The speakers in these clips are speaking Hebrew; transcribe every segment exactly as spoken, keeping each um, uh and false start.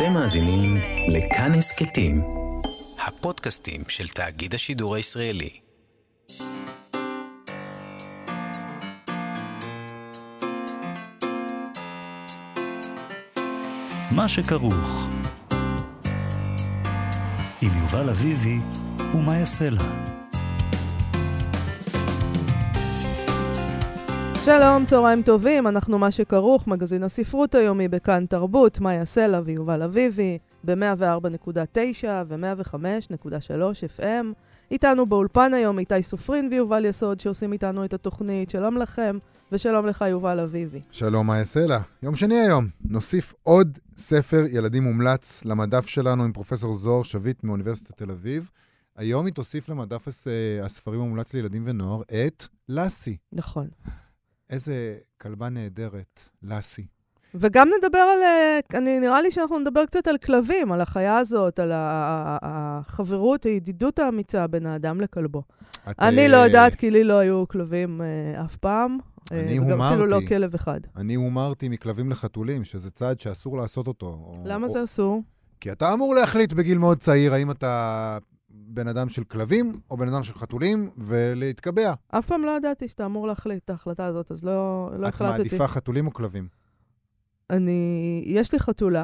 אתם מאזינים לכאן הסכתים, הפודקאסטים של תאגיד השידור הישראלי. מה שכרוך עם יובל אביבי ומה יעשה לה. שלום, צהריים טובים, אנחנו מה שכרוך, מגזין הספרות היומי בכאן תרבות, מה יעשה לה ויובל אביבי, ב-מאה וארבע נקודה תשע ו-מאה וחמש נקודה שלוש אף אם. איתנו באולפן היום איתי סופרין ויובל יסוד שעושים איתנו את התוכנית. שלום לכם ושלום לך יובל אביבי. שלום, מה יעשה לה. יום שני היום, נוסיף עוד ספר ילדים מומלץ למדף שלנו עם פרופסור זוהר שביט מאוניברסיטת תל אביב. היום היא תוסיף למדף הספרים המומלץ לילדים ונוער את לסי. נכון. איזה כלבה נהדרת, לסי. וגם נדבר על, אני נראה לי שאנחנו נדבר קצת על כלבים, על החיה הזאת, על החברות, הידידות האמיצה בין האדם לכלבו. אני לא יודעת, כי לי לא היו כלבים אף פעם. אני וגם אפילו לא כלב אחד. אני הומרתי מכלבים לחתולים, שזה צעד שאסור לעשות אותו. למה זה אסור? כי אתה אמור להחליט בגיל מאוד צעיר, האם אתה בן אדם של כלבים או בן אדם של חתולים, ולהתקבע. אף פעם לא ידעתי שאתה אמור להחליט את ההחלטה הזאת, אז לא, לא את החלטתי. מעדיפה חתולים או כלבים? אני, יש לי חתולה,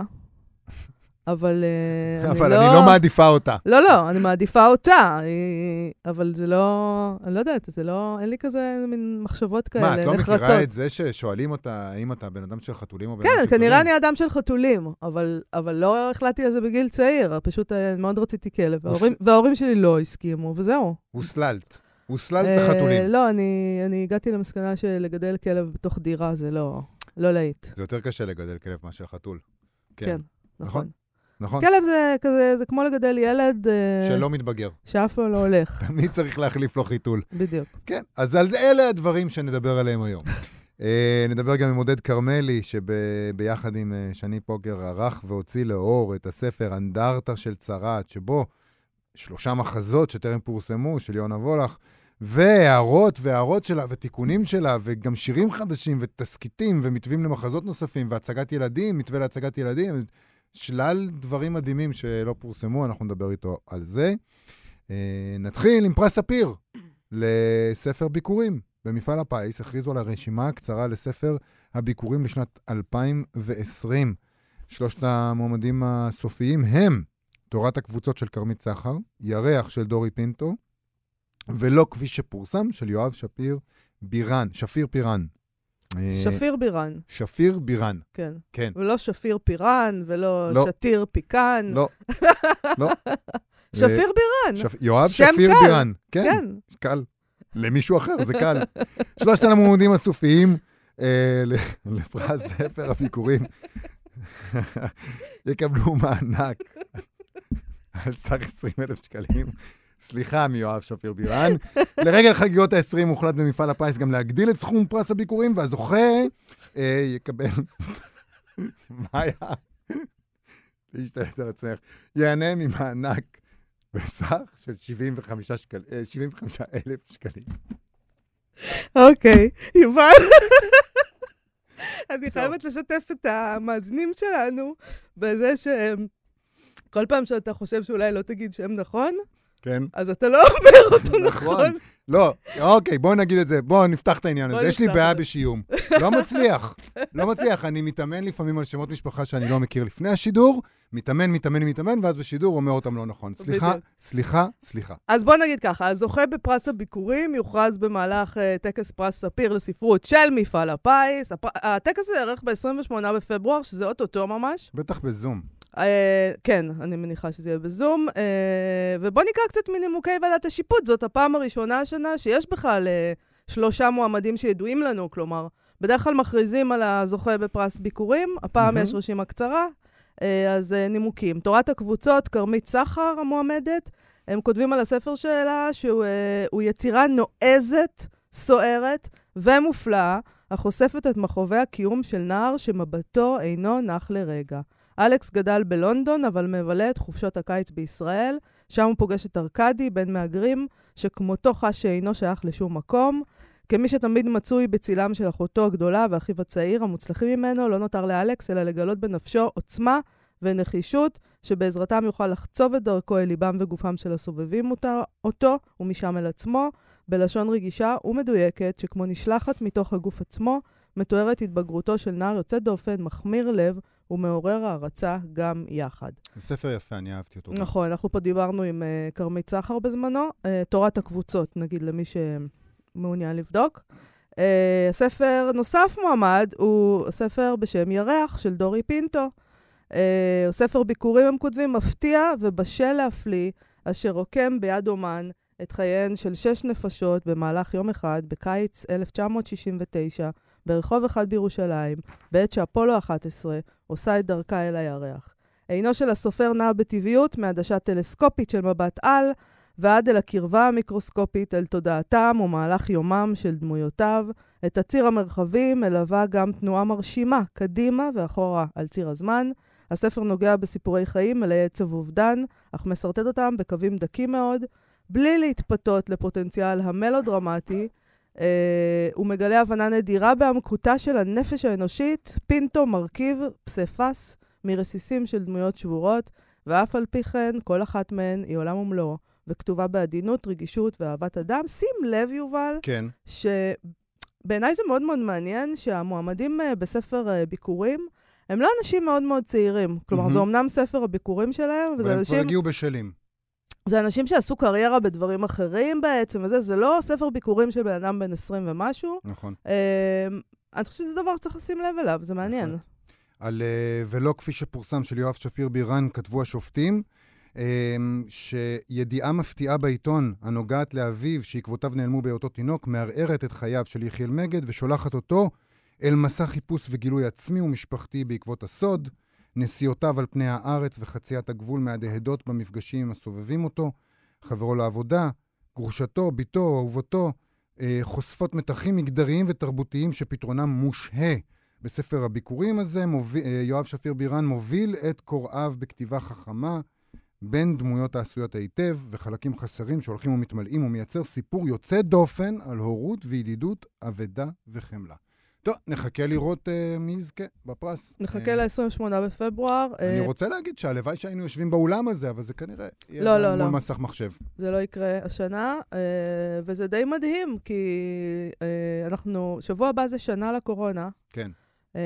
אבל אני אבל לא... אני לא מעדיפה אותה. לא, לא, אני מעדיפה אותה, אבל זה לא, אני לא יודעת, זה לא, אין לי כזה מין מחשבות כאלה, מה, את לא נחרצות. מכירה את זה ששואלים אותה, האם אתה בן אדם של חתולים או בן כן, אדם של כלבים? כנראה אני אדם של חתולים, אבל, אבל לא החלטתי על זה בגיל צעיר, פשוט מאוד רציתי כלב, וההורים, וההורים שלי לא הסכימו, וזהו. הוסללת. הוסללת לחתולים. לא, אני, אני הגעתי למסקנה שלגדל כלב בתוך דירה זה לא, לא להיט. זה יותר קשה לגדל כלב מאשר חתול. כן, נכון. נכון. כלב זה כזה, זה כמו לגדל ילד שלא מתבגר. שאף פעם לא הולך. תמיד צריך להחליף לו חיתול. בדיוק. כן, אז על אלה הדברים שנדבר עליהם היום. נדבר גם עם עודד קרמלי, שביחד עם שני פוקר ערך והוציא לאור את הספר אנדרטה של צרעת, שבו שלושה מחזות שטרם פורסמו, של יונה וולך, והערות והערות שלה ותיקונים שלה, וגם שירים חדשים ותסקיטים ומתווים למחזות נוספים, והצגת ילדים, מתווה להצגת ילדים, שלל דברים מדהימים שלא פורסמו, אנחנו נדבר איתו על זה. נתחיל עם פרס ספיר לספר ביקורים. במפעל הפיס הכריזו על הרשימה הקצרה לספר הביקורים לשנת אלפיים ועשרים. שלושת המועמדים הסופיים הם תורת הקבוצות של קרמית סחר, ירח של דורי פינטו, ולא כפי שפורסם של יואב שפיר בירן, שפיר פירן. שפיר בירן. שפיר בירן. כן. כן. ולא שפיר פירן, ולא לא. שתיר פיקן. לא. לא. שפיר בירן. שפ... יואב שם שפיר קל. בירן. כן. כן. קל. למישהו אחר, זה קל. שלושת המועמדים הסופיים אה, לפרס ספר הביקורים יקבלו מענק על סך עשרים אלף שקלים. סליחה מיואב שפיר בירן. לרגל חגיגות ה-עשרים הוחלט במפעל הפיס גם להגדיל את סכום פרס הביקורים, והזוכה אה, יקבל... מה היה? להשתלט על עצמך. יענה ממענק בסך של שבעים וחמישה אלף שקלים. אוקיי, יובל. אני חייבת לשתף את המאזינים שלנו בזה שכל פעם שאתה חושב שאולי לא תגיד שם נכון, כן. אז אתה לא אומר אותו נכון. לא, אוקיי, בואו נגיד את זה. בואו נפתח את העניין הזה. יש לי בעיה בשיום. לא מצליח. לא מצליח. אני מתאמן לפעמים על שמות משפחה שאני לא מכיר לפני השידור, מתאמן, מתאמן, מתאמן, ואז בשידור אומר אותם לא נכון. סליחה, סליחה, סליחה. אז בואו נגיד ככה, הזוכה בפרס הביקורים יוכרז במהלך טקס פרס ספיר לספרות של מפעל הפיס. הטקס הזה יערך ב-עשרים ושמונה בפברואר, שזה אוטוטו ממש. בטח בזום. Uh, כן, אני מניחה שזה יהיה בזום. Uh, ובוא נקרא קצת מנימוקי ועדת השיפוט. זאת הפעם הראשונה השנה שיש בכלל uh, שלושה מועמדים שידועים לנו, כלומר, בדרך כלל מכריזים על הזוכה בפרס ביקורים, הפעם mm-hmm. יש רשימה קצרה, uh, אז uh, נימוקים. תורת הקבוצות, קרמית סחר המועמדת, הם כותבים על הספר שלה שהוא uh, יצירה נועזת, סוערת ומופלאה, החושפת את מחובי הקיום של נער שמבטו אינו נח לרגע. אלכס גדל בלונדון, אבל מבלה את חופשות הקיץ בישראל. שם הוא פוגש את ארקדי, בן מהגרים, שכמותו חש שאינו שייך לשום מקום. כמי שתמיד מצוי בצילם של אחותו הגדולה ואחיו הצעיר, המוצלחים ממנו, לא נותר לאלכס, אלא לגלות בנפשו עוצמה ונחישות, שבעזרתם יוכל לחצוב את דרכו אל ליבם וגופם של הסובבים אותה, אותו, ומשם אל עצמו, בלשון רגישה ומדויקת, שכמו נשלחת מתוך הגוף עצמו, מתוארת התבגרותו של נער יוצא דופן, מחמיר לב, ומעורר הערצה גם יחד. זה ספר יפה, אני אהבתי אותו. נכון, אנחנו פה דיברנו עם uh, קרמית סחר בזמנו, uh, תורת הקבוצות, נגיד למי שמעוניין לבדוק. Uh, הספר נוסף מועמד הוא ספר בשם ירח של דורי פינטו. Uh, ספר ביקורים הם כותבים מפתיע ובשל להפליא, אשר רוקם ביד אומן את חייהן של שש נפשות במהלך יום אחד בקיץ אלף תשע מאות שישים ותשע, ברחוב אחד בירושלים, בעת שאפולו אחת עשרה עושה את דרכה אל הירח. עינו של הסופר נע בטבעיות מעדשה טלסקופית של מבט על, ועד אל הקרבה המיקרוסקופית אל תודעתם ומהלך יומם של דמויותיו. את הציר המרחבי מלווה גם תנועה מרשימה, קדימה ואחורה על ציר הזמן. הספר נוגע בסיפורי חיים מלאי עצב ואובדן, אך מסרטט אותם בקווים דקים מאוד, בלי להתפתות לפוטנציאל המלודרמטי. Uh, הוא מגלה הבנה נדירה בעמקותה של הנפש האנושית. פינטו מרכיב פספס מרסיסים של דמויות שבורות, ואף על פי כן, כל אחת מהן היא עולם ומלואו, וכתובה בעדינות, רגישות ואהבת אדם. שים לב, יובל, כן. שבעיניי זה מאוד מאוד מעניין שהמועמדים uh, בספר uh, ביקורים, הם לא אנשים מאוד מאוד צעירים. כלומר, mm-hmm. זה אומנם ספר הביקורים שלהם, וזה והם אנשים... כבר הגיעו בשלים. זה אנשים שעשו קריירה בדברים אחרים בעצם, וזה, זה לא ספר ביקורים של בן אדם בן עשרים ומשהו. נכון. אה, אני חושבת שזה דבר שצריך לשים לב אליו, זה מעניין. נכון. על, ולא כפי שפורסם של יואב שפיר בירן, כתבו השופטים, שידיעה מפתיעה בעיתון הנוגעת לאביו שעקבותיו נעלמו בהיותו תינוק, מערערת את חייו של יחיאל מגד ושולחת אותו אל מסע חיפוש וגילוי עצמי ומשפחתי בעקבות הסוד, נסיעותיו על פני הארץ וחציית הגבול מהדהדות במפגשים עם הסובבים אותו, חברו לעבודה, גרושתו, ביתו, אהובתו, חושפות מתחים מגדריים ותרבותיים שפתרונם מושהה. בספר הביקורים הזה מוביל, יואב שפיר בירן מוביל את קוראיו בכתיבה חכמה, בין דמויות העשויות היטב וחלקים חסרים שהולכים ומתמלאים, ומייצר סיפור יוצא דופן על הורות וידידות, אבדה וחמלה. טוב, נחכה לראות uh, מי יזכה בפרס. נחכה ל-עשרים ושמונה בפברואר. אני רוצה להגיד שהלוואי שהיינו יושבים באולם הזה, אבל זה כנראה יהיה לא, לא, מול לא. מסך מחשב. זה לא יקרה השנה, uh, וזה די מדהים, כי uh, אנחנו, שבוע הבא זה שנה לקורונה. כן. Uh,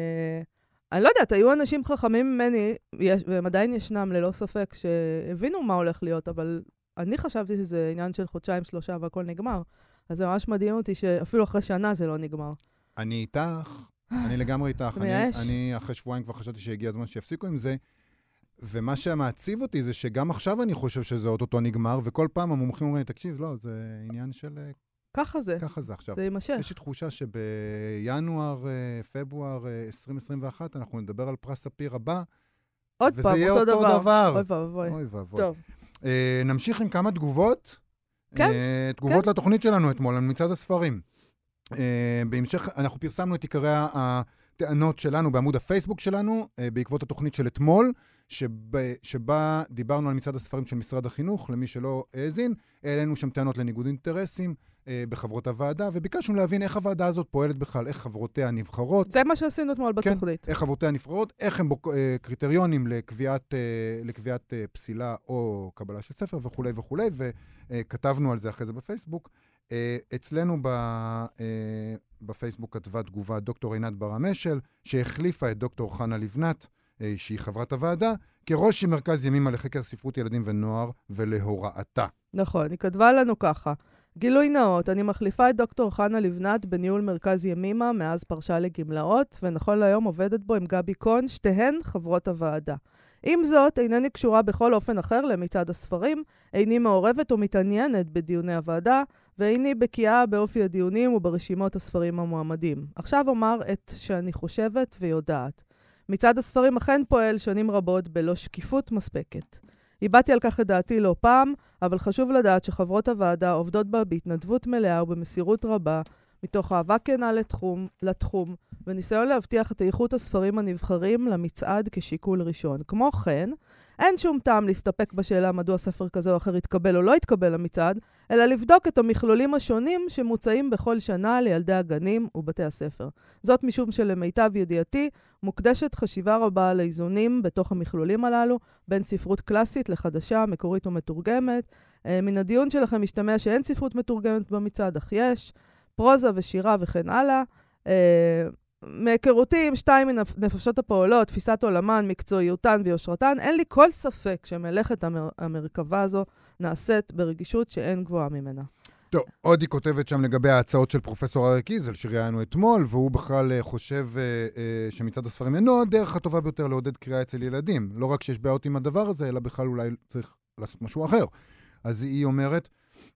אני לא יודעת, היו אנשים חכמים ממני, יש, והם עדיין ישנם ללא ספק, שהבינו מה הולך להיות, אבל אני חשבתי שזה עניין של חודשיים, שלושה, והכל נגמר. אז זה ממש מדהים אותי שאפילו אחרי שנה זה לא נגמר. אני איתך, אני לגמרי איתך. אני, אני אחרי שבועיים כבר חשבתי שהגיע הזמן שיפסיקו עם זה, ומה שמעציב אותי זה שגם עכשיו אני חושב שזה אוטוטו נגמר, וכל פעם המומחים אומרים, תקשיב, לא, זה עניין של... ככה זה. ככה זה עכשיו. זה יימשך. יש לי תחושה שבינואר, פברואר עשרים עשרים ואחת, אנחנו נדבר על פרס ספיר הבא, עוד וזה פעם, יהיה אותו אותו דבר. דבר. אוי ואבוי. אוי ואבוי. טוב. אה, נמשיך עם כמה תגובות. כן. אה, תגובות כן. לתוכנית שלנו אתמול, מצד הספרים. אה, בהמשך, אנחנו פרסמנו את עיקרי הטענות שלנו בעמוד הפייסבוק שלנו, אה, בעקבות התוכנית של אתמול, שבה, שבה דיברנו על מצד הספרים של משרד החינוך, למי שלא האזין, העלינו שם טענות לניגוד אינטרסים אה, בחברות הוועדה, וביקשנו להבין איך הוועדה הזאת פועלת בכלל, איך חברותיה נבחרות. זה מה שעשינו אתמול בתוכנית. כן, איך חברותיה נבחרות, איך הם בוק, אה, קריטריונים לקביעת, אה, לקביעת אה, פסילה או קבלה של ספר וכו' וכו', וכתבנו על זה אחרי זה בפייסבוק. אה, אצלנו ב, אה, בפייסבוק כתבה תגובה דוקטור עינת בר-המשל, שהחליפה את דוקטור חנה לבנת, שהיא חברת הוועדה, כראש מרכז ימימה לחקר ספרות ילדים ונוער ולהוראתה. נכון, היא כתבה לנו ככה. גילוי נאות, אני מחליפה את דוקטור חנה לבנת בניהול מרכז ימימה מאז פרשה לגמלאות, ונכון להיום עובדת בו עם גבי קון, שתיהן חברות הוועדה. עם זאת, אינני קשורה בכל אופן אחר למצעד הספרים, איני מעורבת או מתעניינת בדיוני הוועדה, ואיני בקיאה באופי הדיונים וברשימות הספרים המועמדים. עכשיו אומר את שאני חושבת ויודעת. מצעד הספרים אכן פועל שנים רבות בלא שקיפות מספקת. איבדתי על כך את דעתי לא פעם, אבל חשוב לדעת שחברות הוועדה עובדות בה בהתנדבות מלאה ובמסירות רבה, מתוך אהבה כנה לתחום, לתחום, וניסיון להבטיח את איכות הספרים הנבחרים למצעד כשיקול ראשון. כמו כן, אין שום טעם להסתפק בשאלה מדוע ספר כזה או אחר יתקבל או לא יתקבל למצעד, אלא לבדוק את המכלולים השונים שמוצאים בכל שנה לילדי הגנים ובתי הספר. זאת משום שלמיטב ידיעתי, מוקדשת חשיבה רבה על האיזונים בתוך המכלולים הללו, בין ספרות קלאסית לחדשה, מקורית ומתורגמת. מן הדיון שלכם משתמע שאין ספרות מתורגמת במצעד, אך יש, פרוזה ושירה וכן הלאה. מהיכרותי עם שתיים מנפשות הפועלות, תפיסת עולמן, מקצועיותן ויושרתן, אין לי כל ספק שמלאכת המר... המרכבה הזו נעשית ברגישות שאין גבוהה ממנה. טוב, עוד היא כותבת שם לגבי ההצעות של פרופסור אריה קיזל, שראיינו אתמול, והוא בכלל חושב אה, אה, שמצד הספרים אינו הדרך הטובה ביותר לעודד קריאה אצל ילדים. לא רק שיש בעיות עם הדבר הזה, אלא בכלל אולי צריך לעשות משהו אחר. אז היא אומרת,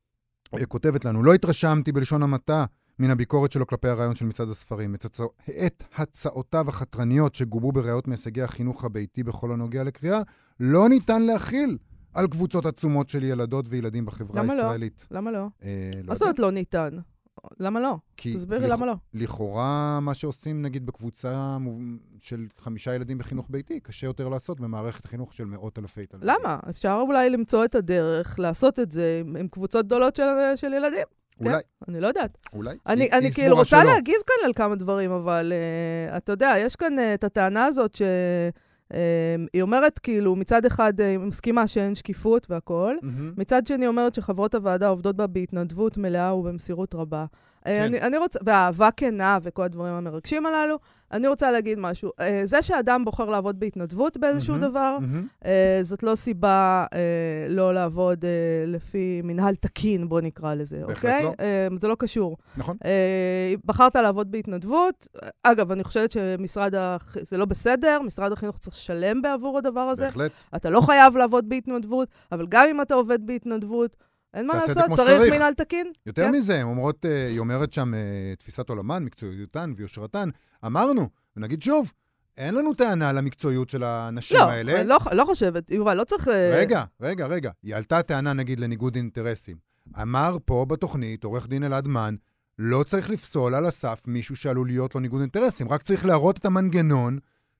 היא כותבת לנו, לא התרשמתי בלשון המעטה, מן הביקורת שלו כלפי הרעיון של מצעד הספרים. את הצעותיו החתרניות שגובו בראיות מהישגי החינוך הביתי בכל הנוגע לקריאה, לא ניתן להכיל על קבוצות עצומות של ילדות וילדים בחברה הישראלית. למה לא? אה, לא מה זאת אומרת לא ניתן? למה לא? תסבירי למה לא. לכאורה מה שעושים נגיד בקבוצה של חמישה ילדים בחינוך ביתי, קשה יותר לעשות במערכת החינוך של מאות אלפי תלמידים. למה? אפשר אולי למצוא את הדרך לעשות את זה עם קבוצות גדולות של, של ילדים. אולי. כן? אני לא יודעת. אולי. אני, היא, אני היא כאילו רוצה שלא. להגיב כאן על כמה דברים, אבל uh, אתה יודע, יש כאן uh, את הטענה הזאת ש... Uh, היא אומרת כאילו, מצד אחד uh, היא מסכימה שאין שקיפות והכל, mm-hmm. מצד שני אומרת שחברות הוועדה עובדות בה בהתנדבות מלאה ובמסירות רבה. כן. אני, אני רוצה, והאהבה כנה וכל הדברים המרגשים הללו, אני רוצה להגיד משהו. Uh, זה שאדם בוחר לעבוד בהתנדבות באיזשהו mm-hmm, דבר, mm-hmm. Uh, זאת לא סיבה uh, לא לעבוד uh, לפי מנהל תקין, בוא נקרא לזה, אוקיי? לא. Uh, זה לא קשור. נכון. Uh, בחרת לעבוד בהתנדבות. אגב, אני חושבת שמשרד הח... זה לא בסדר, משרד החינוך צריך לשלם בעבור הדבר הזה. בהחלט. אתה לא חייב לעבוד בהתנדבות, אבל גם אם אתה עובד בהתנדבות, אין מה לעשות, צריך מנהל תקין. יותר כן? מזה, אומרות, היא אומרת שם תפיסת עולמן, מקצועיותן ויושרתן. אמרנו, ונגיד שוב, אין לנו טענה למקצועיות של האנשים לא, האלה. לא, לא, לא חושבת, יובל, לא צריך... רגע, רגע, רגע. היא עלתה טענה, נגיד, לניגוד אינטרסים. אמר פה בתוכנית, עורך דין אלעד מן, לא צריך לפסול על הסף מישהו שעלול להיות לו ניגוד אינטרסים, רק צריך להראות את המנגנון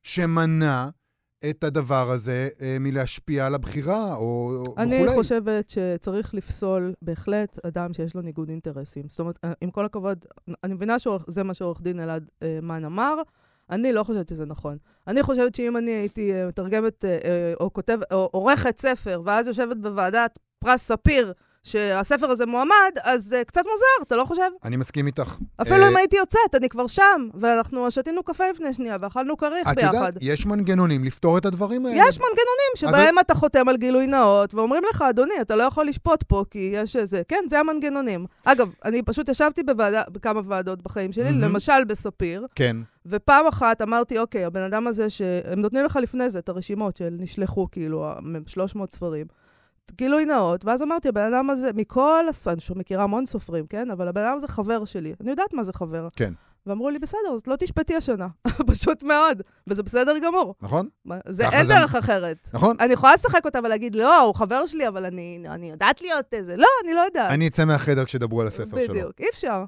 שמנע את הדבר הזה אה, מלהשפיע על הבחירה או אני וכולי. אני חושבת שצריך לפסול בהחלט אדם שיש לו ניגוד אינטרסים. זאת אומרת, עם כל הכבוד, אני מבינה שזה מה שעורך דין אלעד אה, מן אמר, אני לא חושבת שזה נכון. אני חושבת שאם אני הייתי אה, מתרגמת אה, או כותב, או עורכת ספר, ואז יושבת בוועדת פרס ספיר, שהספר הזה מועמד, אז זה קצת מוזר, אתה לא חושב? אני מסכים איתך. אפילו אם הייתי יוצאת, אני כבר שם, ואנחנו שתינו קפה לפני שנייה, ואכלנו כריך ביחד. את יודעת, יש מנגנונים לפתור את הדברים האלה. יש מנגנונים שבהם אתה חותם על גילוי נאות, ואומרים לך, אדוני, אתה לא יכול לשפוט פה, כי יש איזה, כן, זה המנגנונים. אגב, אני פשוט ישבתי בכמה ועדות בחיים שלי, למשל בספיר, כן. ופעם אחת אמרתי, אוקיי, הבן אדם הזה, שהם נותנים לך לפני זה את הרשימות של נשלחו, כאילו, שלוש מאות ספרים. גילוי נאות, ואז אמרתי, הבן אדם הזה, מכל הספרים, אני מכירה המון סופרים, כן? אבל הבן אדם הזה חבר שלי. אני יודעת מה זה חבר. כן. ואמרו לי, בסדר, אז לא תשפטי השנה. פשוט מאוד. וזה בסדר גמור. נכון. זה אין דרך אחרת. נכון. אני יכולה לשחק אותה ולהגיד, לא, הוא חבר שלי, אבל אני, אני יודעת להיות איזה. לא, אני לא יודעת. אני אצא מהחדר כשדברו על הספר שלו. בדיוק, אי אפשר.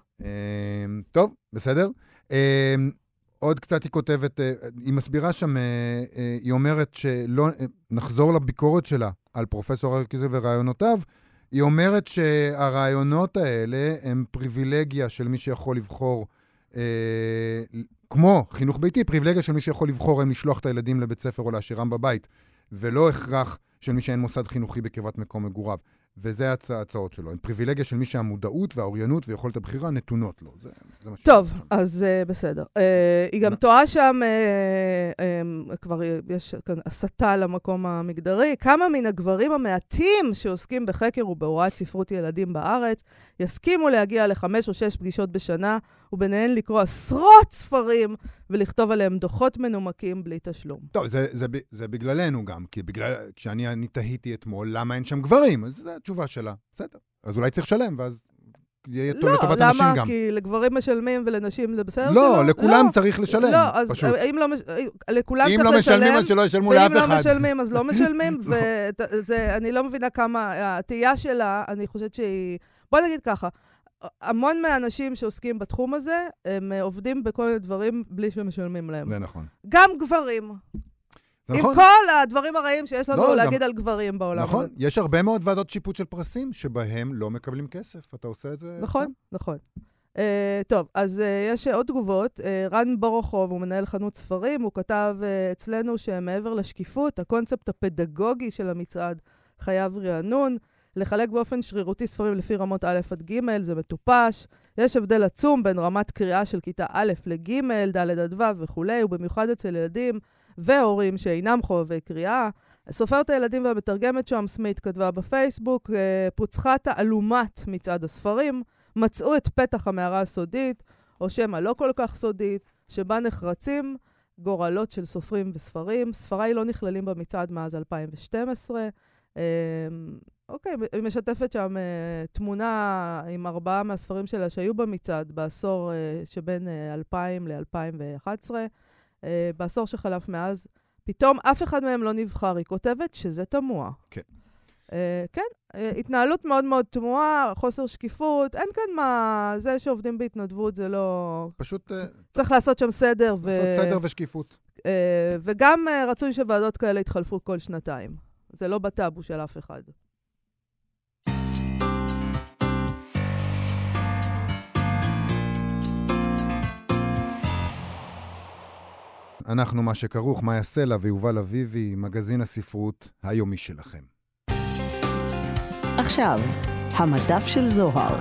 טוב, בסדר. עוד קצת היא כותבת, היא מסבירה שם, היא אומרת שלא, נחזור לביקורת שלה על פרופסור אריה קיזל ורעיונותיו, היא אומרת שהרעיונות האלה הם פריבילגיה של מי שיכול לבחור, אה, כמו חינוך ביתי, פריבילגיה של מי שיכול לבחור אם לשלוח את הילדים לבית ספר או להשאירם בבית, ולא הכרח של מי שאין מוסד חינוכי בקרבת מקום מגוריו. וזה ההצעות שלו. הם פריבילגיה של מי שהמודעות והאוריינות ויכולת הבחירה נתונות לו. זה, זה מה טוב, אז uh, בסדר. Uh, היא גם טועה שם, uh, um, כבר יש כאן הסתה למקום המגדרי. כמה מן הגברים המעטים שעוסקים בחקר ובהוראת ספרות ילדים בארץ, יסכימו להגיע לחמש או שש פגישות בשנה, וביניהן לקרוא עשרות ספרים, ולכתוב עליהם דוחות מנומקים בלי תשלום. טוב, זה, זה, זה בגללנו גם, כי בגלל, כשאני אני תהיתי אתמול, למה אין שם גברים? אז זו התשובה שלה. בסדר. אז אולי צריך לשלם, ואז יהיה לא, לטובת למה? אנשים גם. לא, כי לגברים משלמים ולנשים זה בסדר לא, שלו? לכולם לא. צריך לשלם, לא, אז פשוט. אם לא, לכולם אם צריך לא לשלם, משלמים, אז שלא ישלמו לאף אחד. ואם לא משלמים, אז לא משלמים, ואני לא מבינה כמה, התהייה שלה, אני חושבת שהיא, בוא נגיד ככה, המון מהאנשים שעוסקים בתחום הזה, הם עובדים בכל מיני דברים בלי שמשלמים להם. זה נכון. גם גברים. זה עם נכון. כל הדברים הרעים שיש לנו לא, להגיד גם... על גברים בעולם נכון. הזה. יש הרבה מאוד ועדות שיפוט של פרסים שבהם לא מקבלים כסף. אתה עושה את זה? נכון, סתם? נכון. Uh, טוב, אז uh, יש עוד תגובות. Uh, רן בורוכוב, הוא מנהל חנות ספרים, הוא כתב uh, אצלנו שמעבר לשקיפות, הקונספט הפדגוגי של המצעד חייב רענון, לחלק באופן שרירותי ספרים לפי רמות א' עד ג', זה מטופש. יש הבדל עצום בין רמת קריאה של כיתה א' לג', ד' עד ו' וכו', ובמיוחד אצל ילדים והורים שאינם חובבי קריאה. סופרת הילדים והמתרגמת שועם סמית כתבה בפייסבוק, uh, פוצחה תעלומת מצעד הספרים, מצאו את פתח המערה הסודית, או שמא לא כל כך סודית, שבה נחרצים גורלות של סופרים וספרים. ספריי לא נכללים במצעד מאז אלפיים ושתים עשרה. אוקיי, היא משתפת שם תמונה עם ארבעה מהספרים שלה שהיו במצעד בעשור שבין אלפיים ל-אלפיים ואחת עשרה. בעשור שחלף מאז, פתאום אף אחד מהם לא נבחר. היא כותבת שזה תמוה. כן. Uh, כן, uh, התנהלות מאוד מאוד תמוהה, חוסר שקיפות, אין כאן מה, זה שעובדים בהתנדבות זה לא... פשוט... צריך לעשות שם סדר. ו... לעשות סדר ושקיפות. Uh, וגם uh, רצוי שוועדות כאלה יתחלפו כל שנתיים. זה לא בטאבו של אף אחד. אנחנו מה שכרוך, מאיה סלע ויובל אביבי, מגזין הספרות היומי שלכם. עכשיו, המדף של זוהר.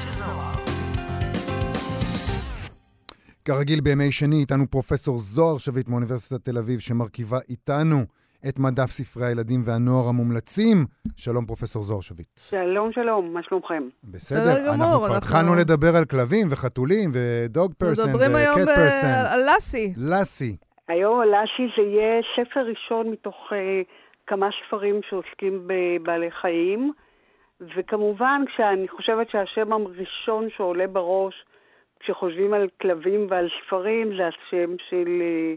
כרגיל בימי שני, איתנו פרופסור זוהר שביט מאוניברסיטת תל אביב, שמרכיבה איתנו את מדף ספרי הילדים והנוער המומלצים. שלום פרופסור זוהר שביט. שלום, שלום, מה שלומכם? בסדר, אנחנו כבר התחלנו לדבר על כלבים וחתולים ודוג פרסן וקט פרסן. מדברים היום על לסי. לסי. היום לסי זה יהיה ספר ראשון מתוך כמה ספרים שעוסקים בבעלי חיים, וכמובן כשאני חושבת שהשם הראשון שעולה בראש כשחושבים על כלבים ועל ספרים זה השם של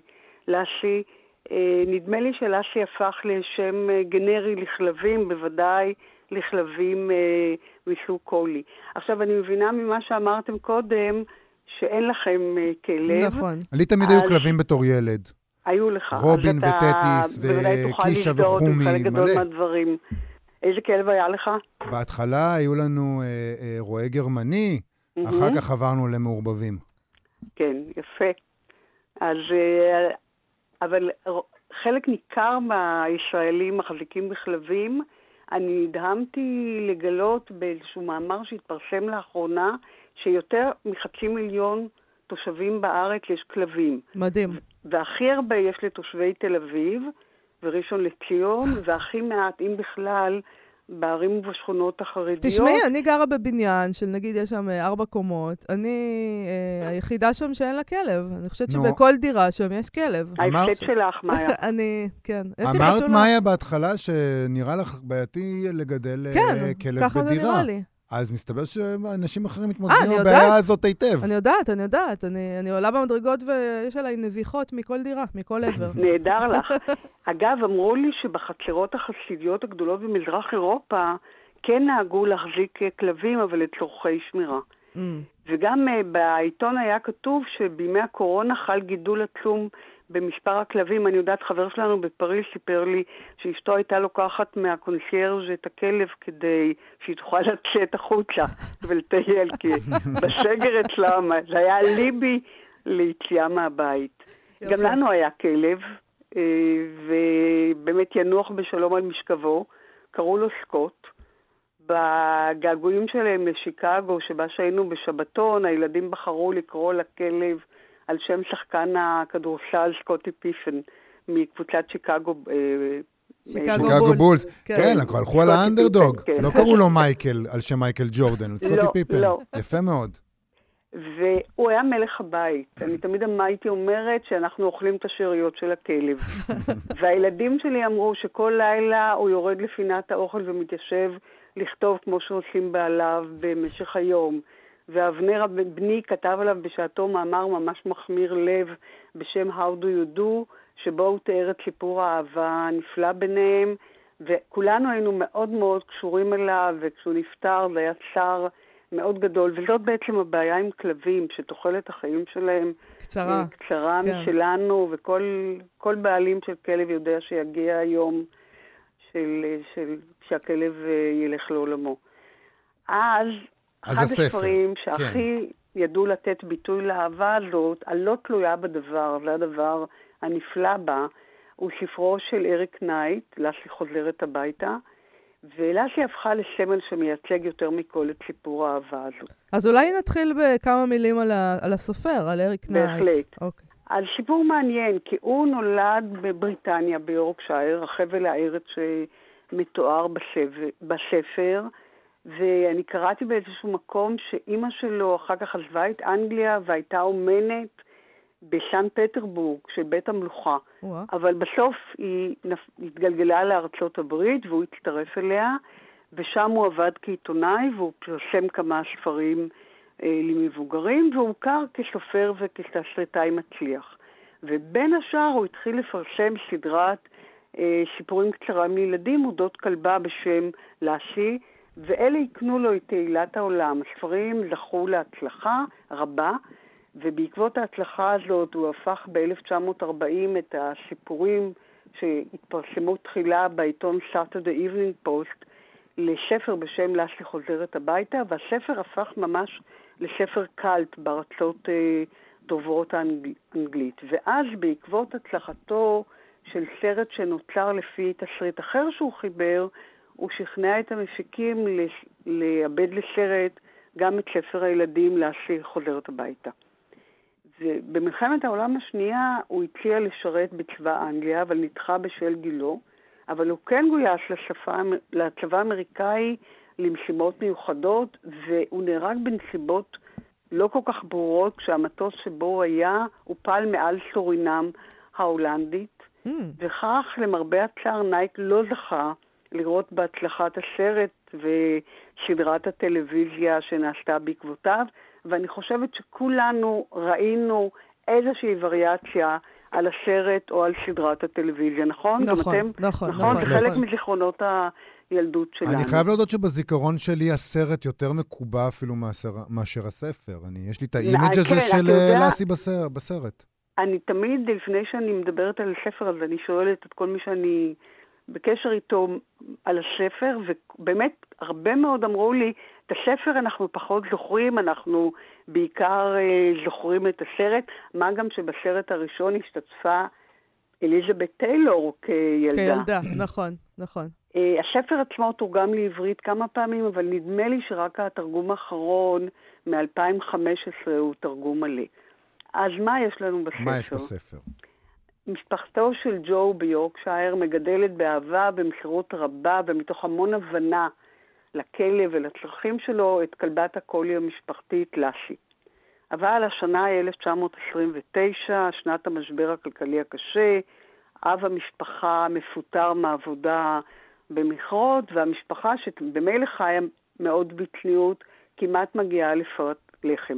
לסי. נדמה לי שלסי הפך לשם גנרי לכלבים, בוודאי לכלבים מסוג קולי. עכשיו אני מבינה ממה שאמרתם קודם שאין לכם כלב. נכון. לי תמיד היו כלבים בתור ילד. היו לך. רובין וטטיס וקישה וחומי, מלא. מהדברים. איזה כלב היה לך? בהתחלה היו לנו אה, אה, רועה גרמני, mm-hmm. אחר כך עברנו למעורבבים. כן, יפה. אז, אה, אבל חלק ניכר מהישראלים מחזיקים בכלבים. אני נדהמתי לגלות באיזשהו מאמר שהתפרסם לאחרונה, שיותר מחצי מיליון תושבים בארץ יש כלבים. מדהים. והכי הרבה יש לתושבי תל אביב וראשון לציון, והכי מעט, אם בכלל, בערים ובשכונות החרדיות. תשמעי, אני גרה בבניין של נגיד יש שם ארבע קומות, אני אה, היחידה שם שאין לה כלב. אני חושבת שבכל דירה שם יש כלב. ההפסד שלך, מאיה. אני, כן. אמרת מאיה בהתחלה שנראה לך בעייתי לגדל כלב בדירה. ככה זה נראה לי. אז מסתבר שאנשים אחרים מתמודדים עם הבעיה הזאת היטב. אני יודעת, אני יודעת. אני, אני עולה במדרגות ויש עליי נביחות מכל דירה, מכל עבר. נהדר לך. אגב, אמרו לי שבחצרות החסידיות הגדולות במזרח אירופה כן נהגו להחזיק כלבים, אבל לצורכי שמירה. Mm. וגם uh, בעיתון היה כתוב שבימי הקורונה חל גידול עצום במספר הכלבים. אני יודעת, חבר שלנו בפריז סיפר לי שאשתו הייתה לוקחת מהקונסיירג' את הכלב כדי שהיא תוכל לצאת החוצה ולטייל, כי בסגר אצלם זה היה ליבי ליציאה מהבית. יפה. גם לנו היה כלב, ובאמת ינוח בשלום על משכבו, קראו לו סקוט. בגעגועים שלהם לשיקגו, שבה שהיינו בשבתון, הילדים בחרו לקרוא לכלב על שם שחקן הכדורסל סקוטי פיפן, מקבוצת שיקגו. שיקגו בולס. כן, הלכו על האנדרדוג. לא קראו לו מייקל על שם מייקל ג'ורדן, סקוטי פיפן. יפה מאוד. והוא היה מלך הבית. אני תמיד הייתי אומרת שאנחנו אוכלים את השאריות של הכלב. והילדים שלי אמרו שכל לילה הוא יורד לפינת האוכל ומתיישב לכתוב כמו שעושים בעליו במשך היום. ואבנר בני כתב עליו בשעתו מאמר ממש מחמיר לב בשם How Do You Do, שבו הוא תיאר את סיפור האהבה הנפלא ביניהם, וכולנו היינו מאוד מאוד קשורים אליו, וכשהוא נפטר זה היה צער מאוד גדול, וזאת בעצם הבעיה עם כלבים, שתוחלת החיים שלהם קצרה, קצרה כן. משלנו, וכל כל בעלים של כלב יודע שיגיע היום של, של, שהכלב ילך לעולמו. אז, אז אחד הספר, הספרים שהכי כן. ידעו לתת ביטוי לאהבה הזאת, הלא תלויה בדבר, זה הדבר הנפלא בה, הוא ספרו של אריק נייט, לסלי חוזרת הביתה, ולסלי הפכה לסמל שמייצג יותר מכל את סיפור האהבה הזו. אז אולי נתחיל בכמה מילים על, ה, על הסופר, על אריק נייט. בהחלט. אוקיי. אז סיפור מעניין, כי הוא נולד בבריטניה, ביורקשייר, החבל הארץ שמתואר בספר, בספר, ואני קראתי באיזשהו מקום שאימא שלו אחר כך עזבה את אנגליה והייתה אומנת בסן פטרבורג של בית המלוכה. ווא. אבל בסוף היא התגלגלה לארצות הברית והוא הצטרף אליה, ושם הוא עבד כעיתונאי והוא פרסם כמה ספרים אה, למבוגרים, והוא הוכר כסופר וכתסריטאי מצליח. ובין השאר הוא התחיל לפרסם סדרת אה, סיפורים קצרים לילדים, אודות כלבה בשם לאסי, ואלה יקנו לו את תהילת העולם. הספרים זכו להצלחה רבה, ובעקבות ההצלחה הזאת הוא הפך ב-אלף תשע מאות ארבעים את הסיפורים שהתפרסמו תחילה בעיתון Saturday Evening Post לספר בשם לסלי חוזרת הביתה, והספר הפך ממש לספר קלט בארצות אה, דוברות האנגלית. ואז בעקבות הצלחתו של סרט שנוצר לפי תסריט אחר שהוא חיבר, הוא שכנע את המפיקים לאבד לסרט גם את ספר הילדים לסלי חוזרת הביתה. ובמלחמת העולם השנייה הוא הציע לשרת בצבא אנגליה, אבל נדחה בשל גילו, אבל הוא כן גויס לשפה, לצבא האמריקאי למשימות מיוחדות, והוא נהרג בנסיבות לא כל כך ברורות, כשהמטוס שבו הוא היה, הוא פעל מעל סורינם ההולנדית, mm. וכך למרבה הצער נייט לא זכה לראות בהצלחת הסרט וסדרת הטלוויזיה שנעשתה בעקבותיו, ואני חושבת שכולנו ראינו איזושהי וריאציה על הסרט או על סדרת הטלוויזיה, נכון? נכון, אתם, נכון. נכון, זה נכון. חלק מזיכרונות הילדות שלנו. אני חייב להודות שבזיכרון שלי הסרט יותר מקובע אפילו מאשר, מאשר הספר. אני, יש לי את האימג' הזה כן, של יודע, לסי בסרט, בסרט. אני תמיד, לפני שאני מדברת על הספר הזה, אני שואלת את כל מי שאני בקשר איתו על הספר, ובאמת הרבה מאוד אמרו לי, את הספר אנחנו פחות זוכרים, אנחנו בעיקר אה, זוכרים את הסרט, מה גם שבסרט הראשון השתתפה אליזבת טיילור כילדה. כילדה, נכון, נכון. אה, הספר עצמו תורגם לעברית כמה פעמים, אבל נדמה לי שרק התרגום האחרון מ-אלפיים וחמש עשרה הוא תרגום מלא. אז מה יש לנו בספר? מה יש בספר? משפחתו של ג'ו ביורקשייר מגדלת באהבה, במסירות רבה ומתוך המון הבנה לכלב ולצרכים שלו את כלבת הקולי המשפחתית לאסי. אבל השנה היא אלף תשע מאות עשרים ותשע, שנת המשבר הכלכלי הקשה, אב המשפחה מפוטר מעבודה במכרות, והמשפחה שבמילא חיה מאוד בצניעות כמעט מגיעה לפרט לחם.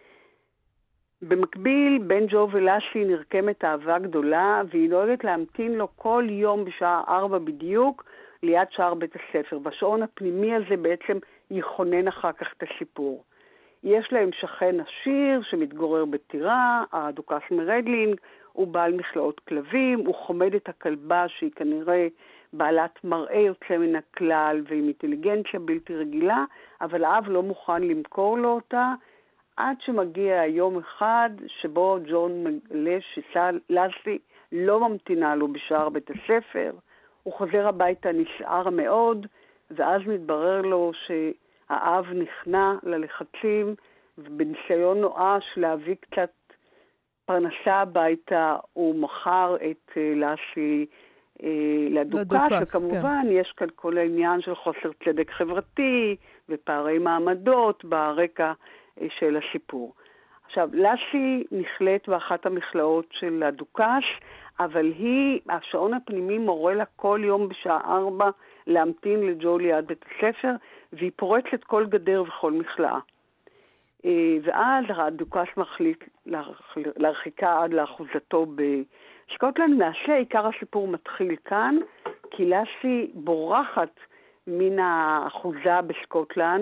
במקביל, בין ג'ו ולאסי נרקמת אהבה גדולה, והיא נוהגת להמתין לו כל יום בשעה ארבע בדיוק, ליד שער בית הספר. והשעון הפנימי הזה בעצם יכונן אחר כך את הסיפור. יש להם שכן עשיר שמתגורר בטירה, הדוכס מרדלינג, הוא בעל מכלאות כלבים, הוא חומד את הכלבה שהיא כנראה בעלת מראה יוצא מן הכלל ועם אינטליגנציה בלתי רגילה, אבל האב לא מוכן למכור לו אותה, עד שמגיע היום אחד שבו ג'ון מגלה שלסלי לא ממתינה לו בשער בית הספר, הוא חוזר הביתה נסער מאוד, ואז מתברר לו שהאב נכנע ללחצים, ובניסיון נואש להביא קצת פרנסה הביתה, הוא מכר את לסלי לדוכס, וכמובן כן. יש כאן כל העניין של חוסר צדק חברתי, ופערי מעמדות ברקע של הסיפור. עכשיו, לסי נכלט באחת המכלאות של הדוכס, אבל היא, השעון הפנימי מורה לה כל יום בשעה ארבע להמתין לג'ו ליד בית הספר, והיא פורצת כל גדר וכל מכלאה. ואז הדוכס מחליט להרחיקה עד לאחוזתו בסקוטלנד. מעשה, עיקר הסיפור מתחיל כאן, כי לסי בורחת מן האחוזה בסקוטלנד,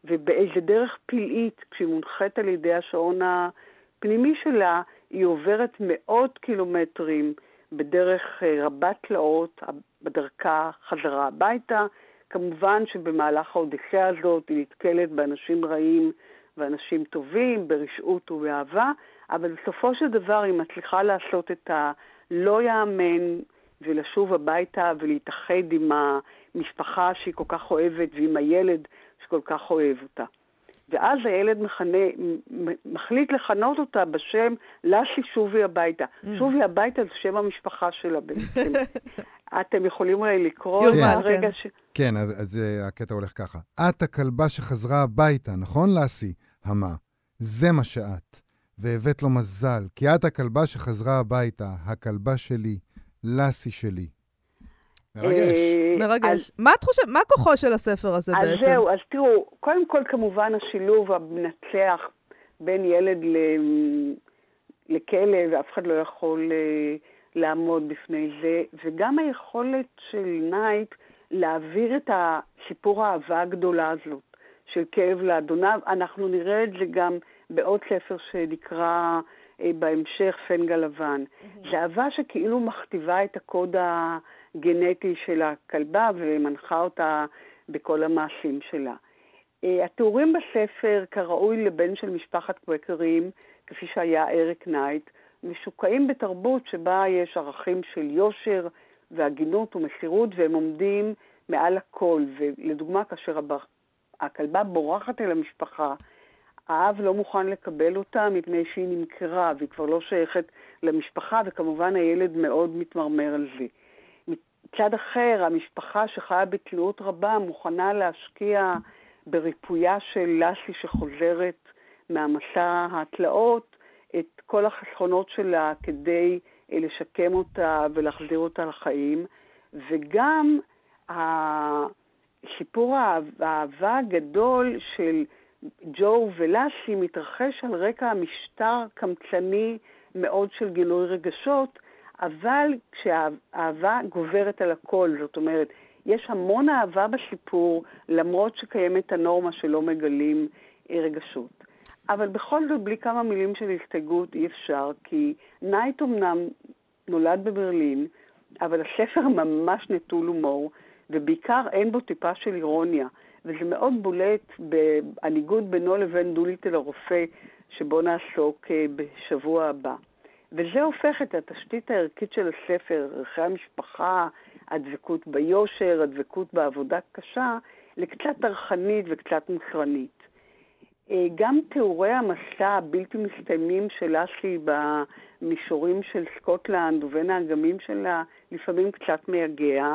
ובאיזה דרך פלאית, כשהיא מונחת על ידי השעון הפנימי שלה, היא עוברת מאות קילומטרים בדרך רבת תלאות, בדרכה חזרה הביתה. כמובן שבמהלך האודיסאה הזאת היא נתקלת באנשים רעים ואנשים טובים, ברשעות ובאהבה, אבל בסופו של דבר היא מצליחה לעשות את הלא יאמן ולשוב הביתה ולהתאחד עם המשפחה שהיא כל כך אוהבת ועם הילד שכל כך אוהב אותה. ואז הילד מכנה, מחליט לכנות אותה בשם לסי שובי הביתה. Mm. שובי הביתה זה שם המשפחה שלה בעצם. אתם יכולים אולי לקרוא כן, הרגע כן. ש... כן, אז, אז הקטע הולך ככה. את הכלבה שחזרה הביתה, נכון לסי? המה. זה מה שאת. והבאת לו מזל, כי את הכלבה שחזרה הביתה, הכלבה שלי, לסי שלי. מרגש. מרגש. מה את חושבת? מה כוחו של הספר הזה אז בעצם? אז זהו, אז תראו, קודם כל כמובן השילוב המנצח בין ילד ל... לכלב, ואף אחד לא יכול לעמוד בפני זה, וגם היכולת של נייט להעביר את הסיפור האהבה הגדולה הזאת של כלב לאדוניו. אנחנו נראה את זה גם בעוד ספר שנקרא בהמשך פנגה לבן. Mm-hmm. זה אהבה שכאילו מכתיבה את הקוד הגנטי של הכלבה ומנחה אותה בכל המעשים שלה. התיאורים בספר כראוי לבן של משפחת קווקרים, כפי שהיה אריק נייט, משוקעים בתרבות שבה יש ערכים של יושר והגינות ומסירות, והם עומדים מעל הכל. ולדוגמה, כאשר הכלבה בורחת אל המשפחה, האב לא מוכן לקבל אותה מפני שהיא נמכרה, והיא כבר לא שייכת למשפחה, וכמובן הילד מאוד מתמרמר על זה. מצד אחר, המשפחה שחיה בתלות רבה מוכנה להשקיע בריפויה של לסי שחוזרת מהמסע התלאות, את כל החסכונות שלה כדי לשקם אותה ולהחזיר אותה לחיים. וגם הסיפור האהבה הגדול של ג'ו ולסי מתרחש על רקע המשטר קמצני מאוד של גילוי רגשות, אבל כשהאהבה גוברת על הכל, זאת אומרת, יש המון אהבה בסיפור, למרות שקיימת הנורמה שלא מגלים רגשות. אבל בכל זאת, בלי כמה מילים של הסתייגות אי אפשר, כי נייט אמנם נולד בברלין, אבל הספר ממש נטול הומור, ובעיקר אין בו טיפה של אירוניה, וזה מאוד בולט בניגוד בינו לבין דוליטל הרופא, שבו נעסוק בשבוע הבא. וזה הופך את התשתית הערכית של הספר, ערכי המשפחה, הדבקות ביושר, הדבקות בעבודה קשה, לקצת טרחנית וקצת מוסרנית. גם תיאורי המסע הבלתי מסתיימים של לסי במישורים של סקוטלנד ובין האגמים שלה לפעמים קצת מייגע,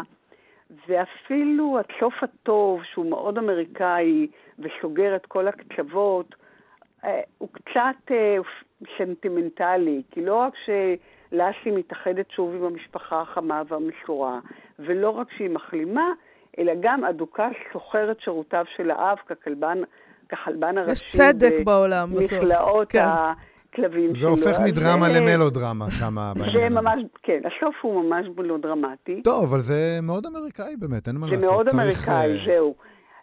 ואפילו הצוף הטוב שהוא מאוד אמריקאי וסוגר את כל הקצוות, הוא קצת סנטימנטלי, כי לא רק שלסי מתאחדת שוב עם המשפחה החמה והמסורה, ולא רק שהיא מחלימה, אלא גם אדוקה סוחרת שירותיו של האב ככלבן, כחלבן הראשי. יש צדק בעולם בסוף. מכלאות כן. הכלבים זה שלו. הופך מדרמה זה... למלודרמה שם בעניין הזה. ממש, כן, הסוף הוא ממש מלודרמטי. טוב, אבל זה מאוד אמריקאי באמת, אין מה זה לעשות. זה מאוד צריך... אמריקאי, זהו.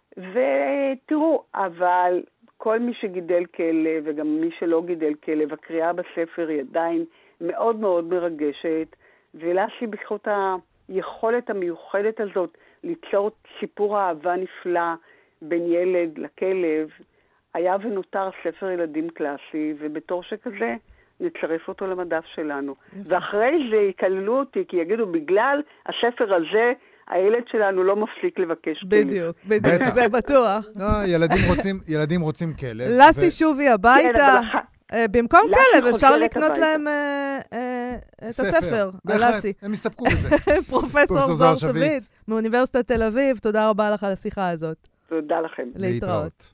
ותראו, אבל כל מי שגידל כלב, וגם מי שלא גידל כלב, הקריאה בספר היא עדיין מאוד מאוד מרגשת, ולסי בזכות היכולת המיוחדת הזאת ליצור סיפור אהבה נפלא בין ילד לכלב, היה ונותר ספר ילדים קלאסי, ובתור שכזה נצרף אותו למדף שלנו. יפה. ואחרי זה יקללו אותי, כי יגידו, בגלל הספר הזה, הילד שלנו לא מפסיק לבקש כלב. בדיוק, בדיוק, זה בטוח. ילדים רוצים כלב. לסי שובי הביתה. במקום כלב, אפשר לקנות להם את הספר, הלסי. הם הסתפקו בזה. פרופסור זוהר שביט, מאוניברסיטת תל אביב, תודה רבה לך על השיחה הזאת. תודה לכם. להתראות.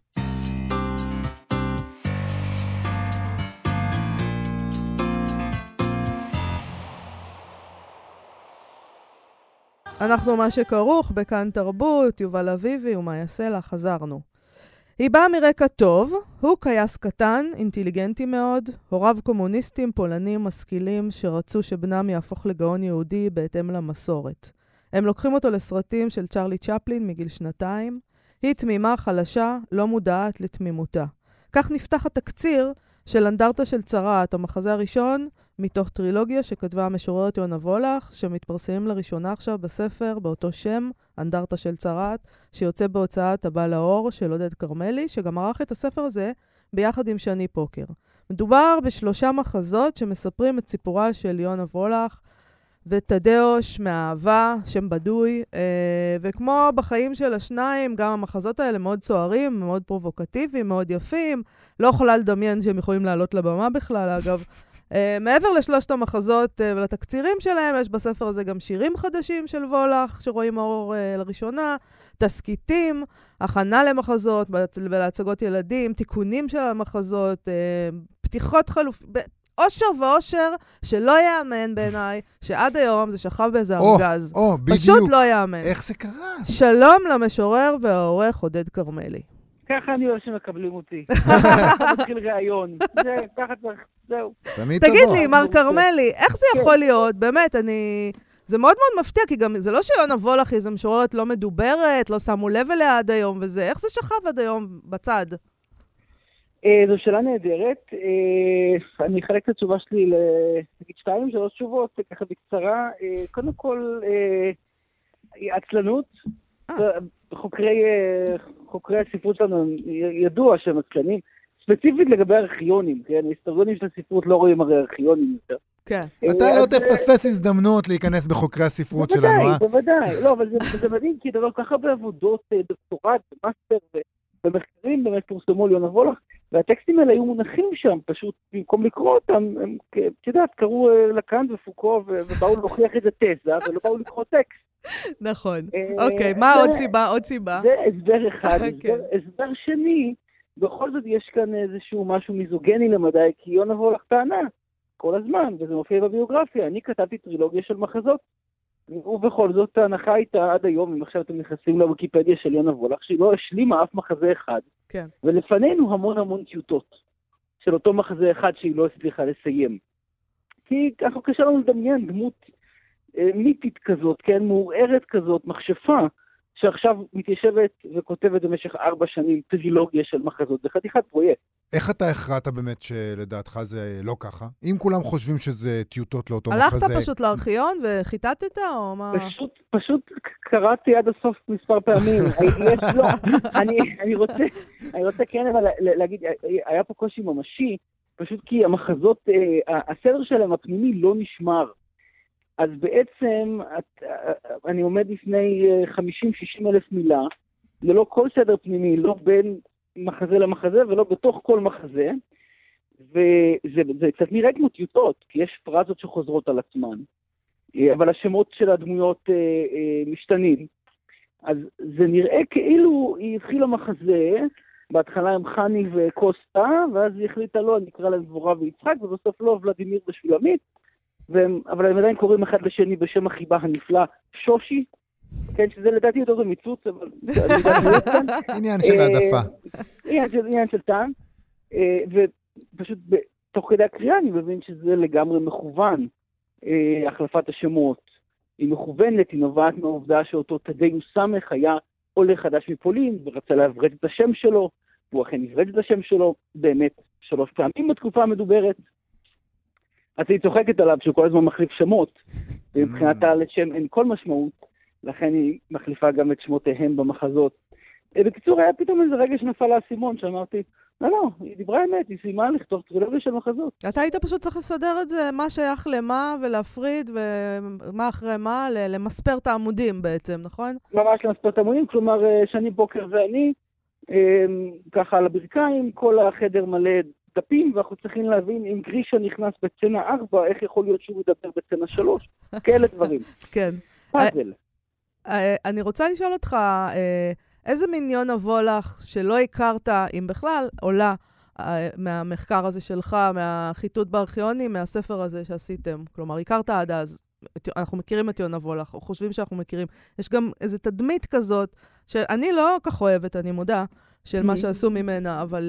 אנחנו מה שכרוך בכאן תרבות, יובל אביבי ומה יעשה לה, חזרנו. היא באה מרקע טוב, הוא קייס קטן, אינטליגנטי מאוד, הוריו קומוניסטים, פולנים, משכילים, שרצו שבנם יהפוך לגאון יהודי בהתאם למסורת. הם לוקחים אותו לסרטים של צ'רלי צ'פלין מגיל שנתיים, היא תמימה חלשה, לא מודעת לתמימותה. כך נפתח התקציר של אנדרטה של צרעת, המחזה הראשון, מתוך טרילוגיה שכתבה המשוררת יונה וולך, שמתפרסמים לראשונה עכשיו בספר, באותו שם, אנדרטה של צרעת, שיוצא בהוצאת הבא לאור של עודד קרמלי, שגם ערך את הספר הזה ביחד עם שני פוקר. מדובר בשלושה מחזות שמספרים את סיפורה של יונה וולך, ותדאוש מהאהבה, שם בדוי, אה, וכמו בחיים של השניים, גם המחזות האלה מאוד צוערים, מאוד פרובוקטיביים, מאוד יפים. לא יכולה לדמיין שהם יכולים לעלות לבמה בכלל, אגב. אה, מעבר לשלושת המחזות אה, ולתקצירים שלהם, יש בספר הזה גם שירים חדשים של וולך, שרואים אור אה, לראשונה, תסקיטים, הכנה למחזות ולהצגות ילדים, תיקונים של המחזות, אה, פתיחות חלופיות, אושר ואושר שלא יאמן בעיניי, שעד היום זה שכב באיזה ארגז. או, או, בדיוק. פשוט לא יאמן. איך זה קרה? שלום למשורר והעורך עודד קרמלי. ככה אני אוהב שמקבלים אותי. מתחיל ראיון. זה, ככה צריך, זהו. תגיד לי, מר קרמלי, איך זה יכול להיות? באמת, אני... זה מאוד מאוד מפתיע, כי גם זה לא שיונה וולך היא איזו משוררת לא מדוברת, לא שמו לב אליה עד היום וזה. איך זה שכב עד היום בצד? זו שאלה נהדרת. אני אחלק את התשובה שלי להגיד שתיים, שלוש תשובות, ככה בקצרה. קודם כל, עצלנות. חוקרי הספרות שלנו ידוע שהם עצלנים. ספציפית לגבי ארכיונים, כן? היסטוריונים של הספרות לא רואים הרי ארכיונים יותר. כן. אתה לא תפספס הזדמנות להיכנס בחוקרי הספרות שלנו, אה? בוודאי, בוודאי. לא, אבל זה מדהים, כי דבר ככה בעבודות דוקטורט ומאסטר ומחקרים באמת פורסמו ליונה וולך, והטקסטים האלה היו מונחים שם, פשוט במקום לקרוא אותם, הם, את יודעת, קראו לקאנט ופוקו, ובאו להוכיח את זה תזה, ולא באו לקרוא טקסט. נכון. אוקיי, מה עוד סיבה? עוד סיבה? זה הסבר אחד. הסבר שני, בכל זאת יש כאן איזשהו משהו מיזוגני למדי, כי יונה וולך טענה כל הזמן, וזה מופיע בביוגרפיה. אני כתבתי טרילוגיה של מחזות, ובכל זאת ההנחה הייתה עד היום, אם עכשיו אתם נכנסים לוויקיפדיה של יונה וולך, שהיא לא השלימה אף מחזה אחד. כן. ולפנינו המון המון טיוטות של אותו מחזה אחד שהיא לא הצליחה לסיים. כי ככה קשה לנו לדמיין דמות אה, מיתית כזאת, כן, מעורערת כזאת, מכשפה, שעכשיו מתיישבת וכותבת במשך ארבע שנים טרילוגיה של מחזות. זה חתיכת פרויקט. איך אתה הכרעת באמת שלדעתך זה לא ככה? אם כולם חושבים שזה טיוטות לאותו מחזה... הלכת פשוט לארכיון וחיטטת או מה? פשוט, פשוט קראתי עד הסוף מספר פעמים. יש, לא, אני, אני רוצה, אני רוצה כן אבל להגיד, היה פה קושי ממשי, פשוט כי המחזות, הסדר שלהם הפנימי לא נשמר. אז בעצם את, אני עומד לפני חמישים שישים אלף מילה, ללא כל סדר פנימי, לא בין מחזה למחזה ולא בתוך כל מחזה, וזה זה קצת נראה כמו טיוטות, כי יש פרזות שחוזרות על עצמן, אבל השמות של הדמויות אה, אה, משתנים. אז זה נראה כאילו היא התחילה מחזה, בהתחלה עם חני וקוסטה, ואז היא החליטה לא, אני אקרא להם דבורה ויצחק, ובסוף לא ולדימיר ושולמית, והם, אבל הם עדיין קוראים אחד לשני בשם החיבה הנפלא, שושי, כן, שזה לדעתי יותר במיצוץ, אבל... עניין של העדפה. עניין של טעם, ופשוט תוך כדי הקריאה אני מבין שזה לגמרי מכוון, החלפת השמות. היא מכוונת, היא נובעת מהעובדה שאותו תדאיוש סמך היה עולה חדש מפולין, ורצה להברט את השם שלו, והוא אכן הברט את השם שלו, באמת שלוש פעמים בתקופה המדוברת, אז היא צוחקת עליו שהוא כל הזמן מחליף שמות, ומבחינתה לשם אין כל משמעות, לכן היא מחליפה גם את שמותיהם במחזות. בקיצור, היה פתאום איזה רגע שנפל לאסימון, שאמרתי, לא, לא, היא דיברה אמת, היא סיימה לכתוב טרילוגיה של מחזות. אתה היית פשוט צריך לסדר את זה, מה שייך למה, ולהפריד, ומה אחרי מה, למספר את העמודים בעצם, נכון? ממש למספר את העמודים, כלומר, שני בוקר ואני, ככה על הברכיים, כל החדר מלא דפים, ואנחנו צריכים להבין אם גרישה נכנס בצנה ארבע, איך יכול להיות שהוא ידבר בצנה שלוש. כאלה דברים. כן. פאזל. אני רוצה לשאול אותך, איזה מין יונה וולך שלא הכרת, אם בכלל, עולה מהמחקר הזה שלך, מהחיטוט בארכיונים, מהספר הזה שעשיתם? כלומר, הכרת עד אז, אנחנו מכירים את יונה וולך, או חושבים שאנחנו מכירים. יש גם איזו תדמית כזאת, שאני לא כך אוהבת, אני מודה, של מה שעשו ממנה, אבל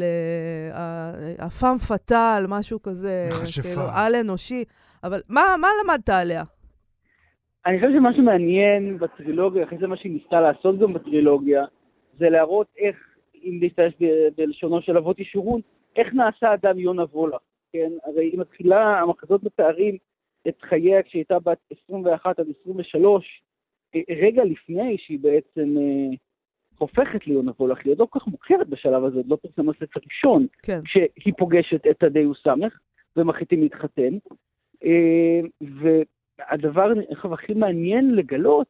הפאם פטל, משהו כזה, כאילו, על אנושי. אבל מה למדת עליה? אני חושב שמשהו מעניין בטרילוגיה, אחרי זה מה שהיא ניסתה לעשות גם בטרילוגיה, זה להראות איך, אם להשתמש בלשונו של אבות ישורון, איך נעשה אדם יונה וולך, כן? הרי היא מתחילה, המחזות מתארים את חייה כשהיא הייתה בת עשרים ואחת עד עשרים ושלוש, רגע לפני שהיא בעצם הופכת ליונה וולך, היא עוד לא כל כך מוכרת בשלב הזה, עוד לא פרסמה ספר ראשון, כן. כשהיא פוגשת את תדאיו סמך, ומחליטים להתחתן. והדבר הכי מעניין לגלות,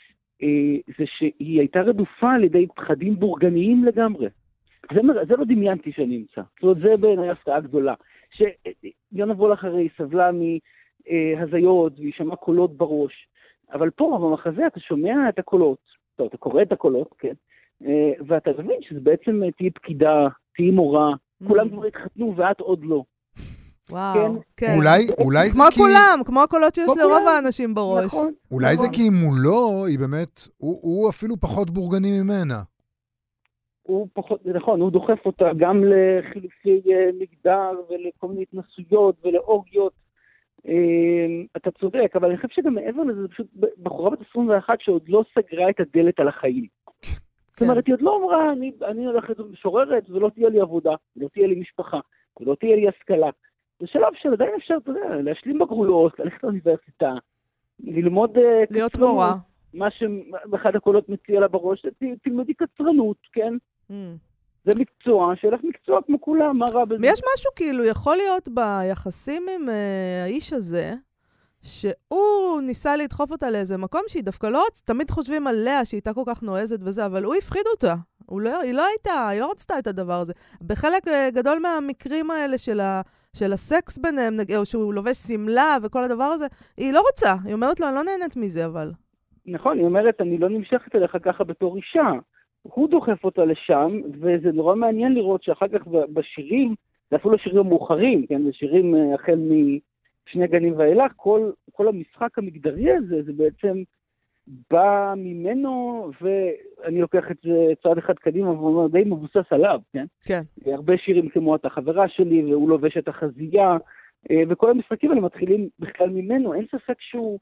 זה שהיא הייתה רדופה על ידי פחדים בורגניים לגמרי. זה, זה לא דמיינתי שאני אמצא. זאת אומרת, זה בעיניי הפתעה גדולה. שיונה וולך הרי סבלה מהזיות, והיא שמעה קולות בראש. אבל פה, במחזה, אתה שומע את הקולות, טוב, אתה קורא את הקולות, כן? ואתה מבין שזה בעצם תהיה פקידה, תהיה מורה, כולם כבר התחתנו ואת עוד לא. וואו, כן. אולי, אולי כמו זה כי... כולם, כמו הקולות שיש לרוב האנשים בראש. נכון. אולי זה כי מולו, היא באמת, הוא, הוא אפילו פחות בורגני ממנה. הוא פחות, נכון, הוא דוחף אותה גם לחילופי מגדר ולכל מיני התנסויות ולאורגיות. אתה צודק, אבל אני חושב שגם מעבר לזה, זה פשוט בחורה בת עשרים ואחת שעוד לא סגרה את הדלת על החיים. זאת אומרת, היא עוד לא אמרה, אני, אני הולכת משוררת ולא תהיה לי עבודה, ולא תהיה לי משפחה, ולא תהיה לי השכלה. זה שלב של עדיין אפשר, אתה יודע, להשלים בגרויות, ללכת לאוניברסיטה, ללמוד... להיות קצרנות, מורה. מה שבאחד הקולות מציע לה בראש, תלמדי קצרנות, כן? Mm. זה מקצוע, שאלך מקצוע כמו כולם, מה רע בזה? ויש משהו כאילו, יכול להיות ביחסים עם uh, האיש הזה, שהוא ניסה לדחוף אותה לאיזה מקום שהיא דווקא לא, תמיד חושבים עליה שהיא הייתה כל כך נועזת וזה, אבל הוא הפחיד אותה. הוא לא, היא לא הייתה, היא לא רצתה את הדבר הזה. בחלק גדול מהמקרים האלה של, ה, של הסקס ביניהם, או שהוא לובש סמלה וכל הדבר הזה, היא לא רוצה. היא אומרת לו, אני לא נהנית מזה, אבל... נכון, היא אומרת, אני לא נמשכת אליך ככה בתור אישה. הוא דוחף אותה לשם, וזה נורא מעניין לראות שאחר כך בשירים, זה אפילו שירים מאוחרים, כן? זה שירים החל משני גנים ואילך, כל, כל המשחק המגדרי הזה, זה בעצם בא ממנו, ואני לוקח את זה צעד אחד קדימה, ואומר, די מבוסס עליו, כן? כן. הרבה שירים כמו את החברה שלי, והוא לובש את החזייה, וכל המשחקים האלה מתחילים בכלל ממנו, אין ספק שהוא...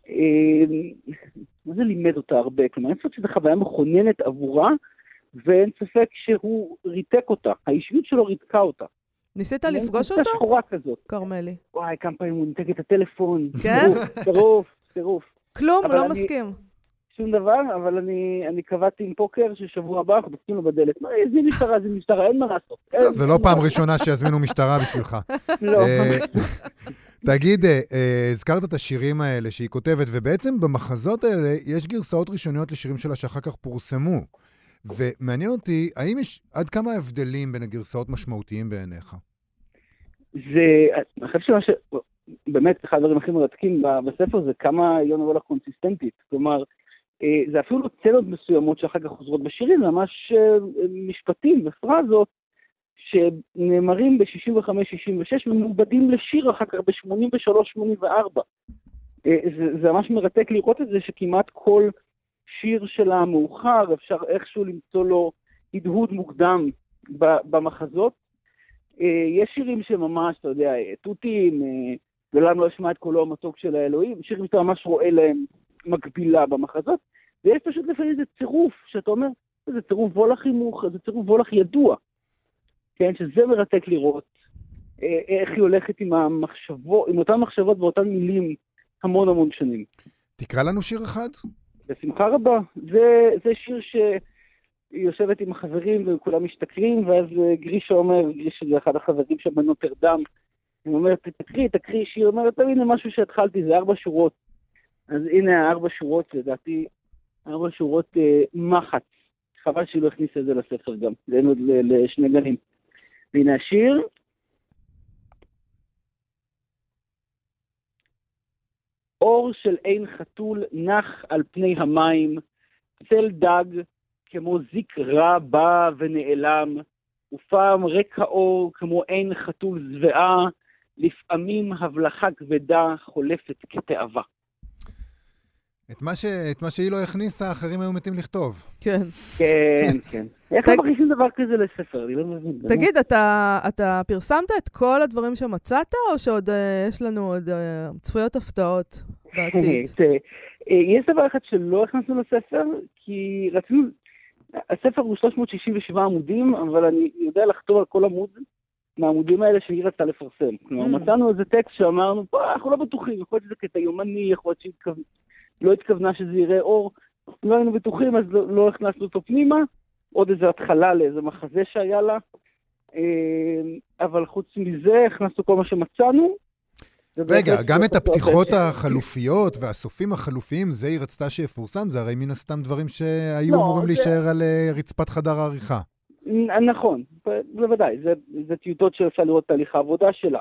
מה זה לימד אותה הרבה? כלומר, אין ספק שזו חוויה מכוננת עבורה, ואין ספק שהוא ריתק אותה. האישיות שלו ריתקה אותה. ניסית לפגוש אותו? הייתה שחורה כזאת. קרמלי. וואי, כמה פעמים הוא ניתק את הטלפון. כן? טירוף, טירוף. כלום, לא מסכים. שום דבר, אבל אני קבעתי עם פוקר ששבוע הבא אנחנו דופקים לו בדלת. זה משטרה, זה משטרה, אין מה לעשות. זה לא פעם ראשונה שיזמינו משטרה בשבילך. לא. תגיד, הזכרת את השירים האלה שהיא כותבת, ובעצם במחזות האלה יש גרסאות ראשוניות לשירים שלה שאחר כך פורסמו. ומעניין אותי, האם יש עד כמה הבדלים בין הגרסאות משמעותיים בעיניך? זה, אני חושב שמה ש... באמת, אחד הדברים הכי מרתקים בספר זה כמה יונה וולך קונסיסטנטית. כלומר, זה אפילו צנות מסוימות שאחר כך חוזרות בשירים, ממש משפטים ופרזות שנאמרים ב-שישים וחמש שישים ושש ומעובדים לשיר אחר כך ב-שמונים ושלוש שמונים וארבע. זה, זה ממש מרתק לראות את זה שכמעט כל שיר שלה מאוחר, אפשר איכשהו למצוא לו הדהוד מוקדם במחזות. יש שירים שממש, אתה יודע, תותים, ולמה לא אשמע את קולו המתוק של האלוהים, שירים שאתה ממש רואה להם מקבילה במחזות, ויש פשוט לפעמים איזה צירוף, שאתה אומר, זה צירוף וולך הימוך, זה צירוף וולך ידוע, כן, שזה מרתק לראות, איך היא הולכת עם המחשבות, עם אותן מחשבות ואותן מילים המון המון שנים. תקרא לנו שיר אחד? בשמחה רבה, זה, זה שיר שהיא יושבת עם החברים וכולם משתכרים, ואז גרישה אומר, גרישה זה אחד החברים שם בנוטרדם, היא אומרת, תקריא, תקריא שיר, היא אומרת, הנה משהו שהתחלתי, זה ארבע שורות, אז הנה הארבע שורות, לדעתי, ארבע שורות אה, מחץ. חבל שהיא לא הכניסה את זה לספר גם, זה עוד לשני גנים. והנה השיר. אור של עין חתול נח על פני המים, צל דג כמו זיק רע בא ונעלם, ופעם רקע אור כמו עין חתול זוועה, לפעמים הבלחה כבדה חולפת כתאווה. את מה, ש... את מה שהיא לא הכניסה, אחרים היו מתים לכתוב. כן. כן, כן. איך לא מכניסים דבר כזה לספר? אני לא מבין. תגיד, אתה, אתה פרסמת את כל הדברים שמצאת, או שעוד uh, יש לנו עוד uh, צפויות הפתעות בעתיד? יש דבר אחד שלא הכנסנו לספר, כי רצינו, הספר הוא שלוש מאות שישים ושבעה עמודים, אבל אני יודע לחתום על כל עמוד מהעמודים האלה שהיא רצתה לפרסם. כלומר, mm. מצאנו איזה טקסט שאמרנו, פה, אנחנו לא בטוחים, יכול להיות שזה קטע יומני, יכול להיות שהיא לא התכוונה שזה יראה אור, לא היינו בטוחים, אז לא, לא הכנסנו אותו פנימה, עוד איזו התחלה לאיזה מחזה שהיה לה, אבל חוץ מזה הכנסנו כל מה שמצאנו. רגע, גם את הפתיחות החלופיות והסופים החלופיים, זה היא רצתה שיפורסם, זה הרי מן הסתם דברים שהיו לא, אמורים זה... להישאר על רצפת חדר העריכה. נכון, בוודאי, זה, זה טיוטות שאפשר לראות תהליך העבודה שלה,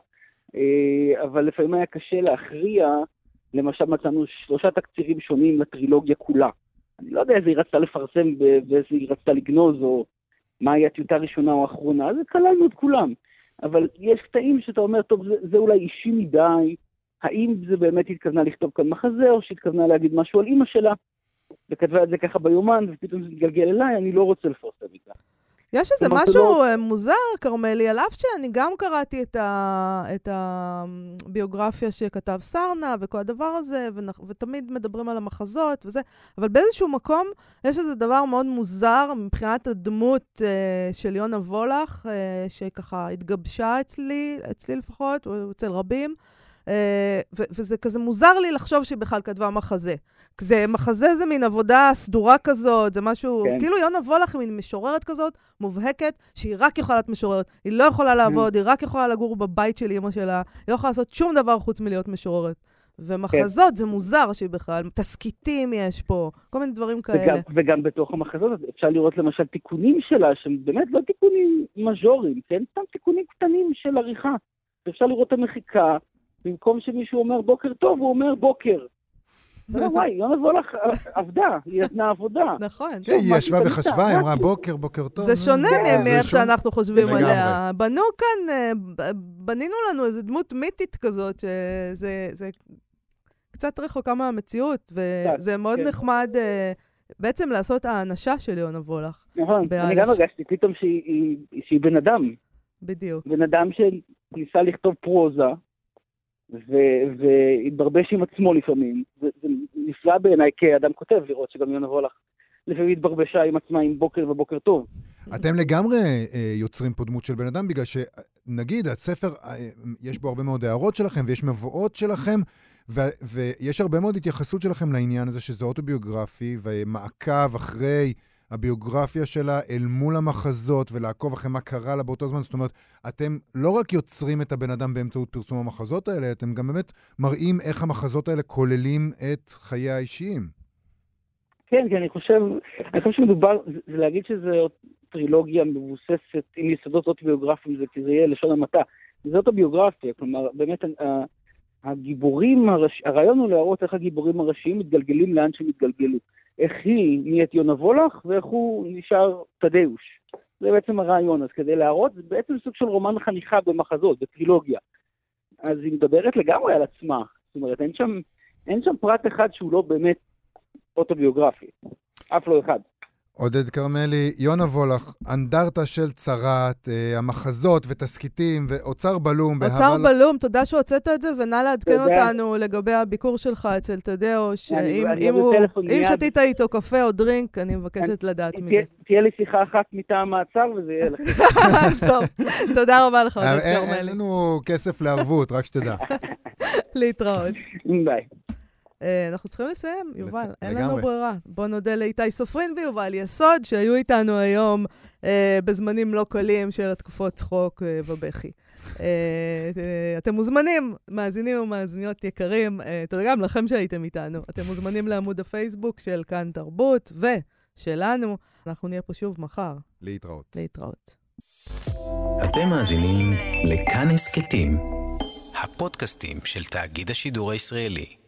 אבל לפעמים היה קשה להכריע, למשל מצאנו שלושה תקצירים שונים לטרילוגיה כולה. אני לא יודע איזה היא רצתה לפרסם ואיזה היא רצתה לגנוז, או מה היא הטיוטה הראשונה או האחרונה, זה כללנו את כולם. אבל יש קטעים שאתה אומר, טוב, זה, זה אולי אישי מדי, האם זה באמת התכוונה לכתוב כאן מחזה, או שהתכוונה להגיד משהו על אמא שלה, וכתבה את זה ככה ביומן, ופתאום זה התגלגל אליי, אני לא רוצה לפרסם את זה. יש איזה משהו לא... מוזר, קרמלי, על אף שאני גם קראתי את, ה... את הביוגרפיה שכתב סרנה, וכל הדבר הזה, ו... ותמיד מדברים על המחזות וזה, אבל באיזשהו מקום יש איזה דבר מאוד מוזר מבחינת הדמות uh, של יונה וולך, uh, שככה התגבשה אצלי, אצלי לפחות, או אצל רבים, uh, ו... וזה כזה מוזר לי לחשוב שהיא בכלל כתבה מחזה. זה מחזה, זה מין עבודה סדורה כזאת, זה משהו, כן. כאילו יונה וולך היא מין משוררת כזאת, מובהקת, שהיא רק יכולה להיות משוררת, היא לא יכולה לעבוד, היא רק יכולה לגור בבית של אמא שלה, היא לא יכולה לעשות שום דבר חוץ מלהיות משוררת. ומחזות, כן. זה מוזר שהיא בכלל, תסקיטים יש פה, כל מיני דברים כאלה. וגם, וגם בתוך המחזות אפשר לראות למשל תיקונים שלה, שהם באמת לא תיקונים מז'וריים, כן? סתם תיקונים קטנים של עריכה. אפשר לראות את המחיקה, במקום שמישהו אומר בוקר טוב, הוא אומר בוקר. וואי, יונה וולך עבדה, היא נתנה עבודה. נכון. היא ישבה וחשבה, היא אמרה בוקר, בוקר טוב. זה שונה מאיך שאנחנו חושבים עליה. בנו כאן, בנינו לנו איזו דמות מיתית כזאת, שזה קצת רחוקה מהמציאות, וזה מאוד נחמד בעצם לעשות האנשה של יונה וולך. נכון, אני גם הרגשתי פתאום שהיא בן אדם. בדיוק. בן אדם שניסה לכתוב פרוזה, והתברבש עם עצמו לפעמים. זה נפלא בעיניי כאדם כותב לראות שגם יונה וולך לפעמים התברבשה עם עצמה עם בוקר ובוקר טוב. אתם לגמרי יוצרים פה דמות של בן אדם, בגלל שנגיד, הספר, יש בו הרבה מאוד הערות שלכם, ויש מבואות שלכם, ויש הרבה מאוד התייחסות שלכם לעניין הזה, שזה אוטוביוגרפי, ומעקב אחרי הביוגרפיה שלה אל מול המחזות, ולעקוב אחרי מה קרה לה באותו זמן. זאת אומרת, אתם לא רק יוצרים את הבן אדם באמצעות פרסום המחזות האלה, אתם גם באמת מראים איך המחזות האלה כוללים את חיי האישיים. כן, כי אני חושב, אני חושב שמדובר, זה, זה להגיד שזה טרילוגיה מבוססת עם יסודות אוטוביוגרפיים, זה כי זה יהיה לשון המעטה. זה אוטוביוגרפיה, כלומר, באמת הגיבורים, הראש, הרעיון הוא להראות איך הגיבורים הראשיים מתגלגלים לאן שמתגלגלו. איך היא נהיית יונה וולך, ואיך הוא נשאר תדאוש. זה בעצם הרעיון. אז כדי להראות, זה בעצם סוג של רומן חניכה במחזות, בטרילוגיה. אז היא מדברת לגמרי על עצמה. זאת אומרת, אין שם, אין שם פרט אחד שהוא לא באמת אוטוביוגרפי. אף לא אחד. עודד קרמלי, יונה וולך, אנדרטה של צרת, אה, המחזות ותסקיטים ואוצר בלום. אוצר בהבל... בלום, תודה שהוצאת את זה, ונא לעדכן אותנו לגבי הביקור שלך אצל תדאוש. אם, אם, הוא, אם שתית איתו קפה או דרינק, אני מבקשת אני, לדעת מזה. תהיה לי שיחה אחת מטעם מעצר, וזה יהיה לך. טוב, תודה רבה לך, עודד קרמלי. אין לנו כסף לערבות, רק שתדע. להתראות. ביי. אנחנו צריכים לסיים, יובל, אין לנו ברירה. בוא נודה לאיתי סופרין ויובל יסוד, שהיו איתנו היום בזמנים לא קלים של התקופות צחוק ובכי. אתם מוזמנים, מאזינים ומאזיניות יקרים, תודה גם לכם שהייתם איתנו. אתם מוזמנים לעמוד הפייסבוק של כאן תרבות ושלנו. אנחנו נהיה פה שוב מחר. להתראות. להתראות. אתם מאזינים לכאן הסכתים, הפודקאסטים של תאגיד השידור הישראלי.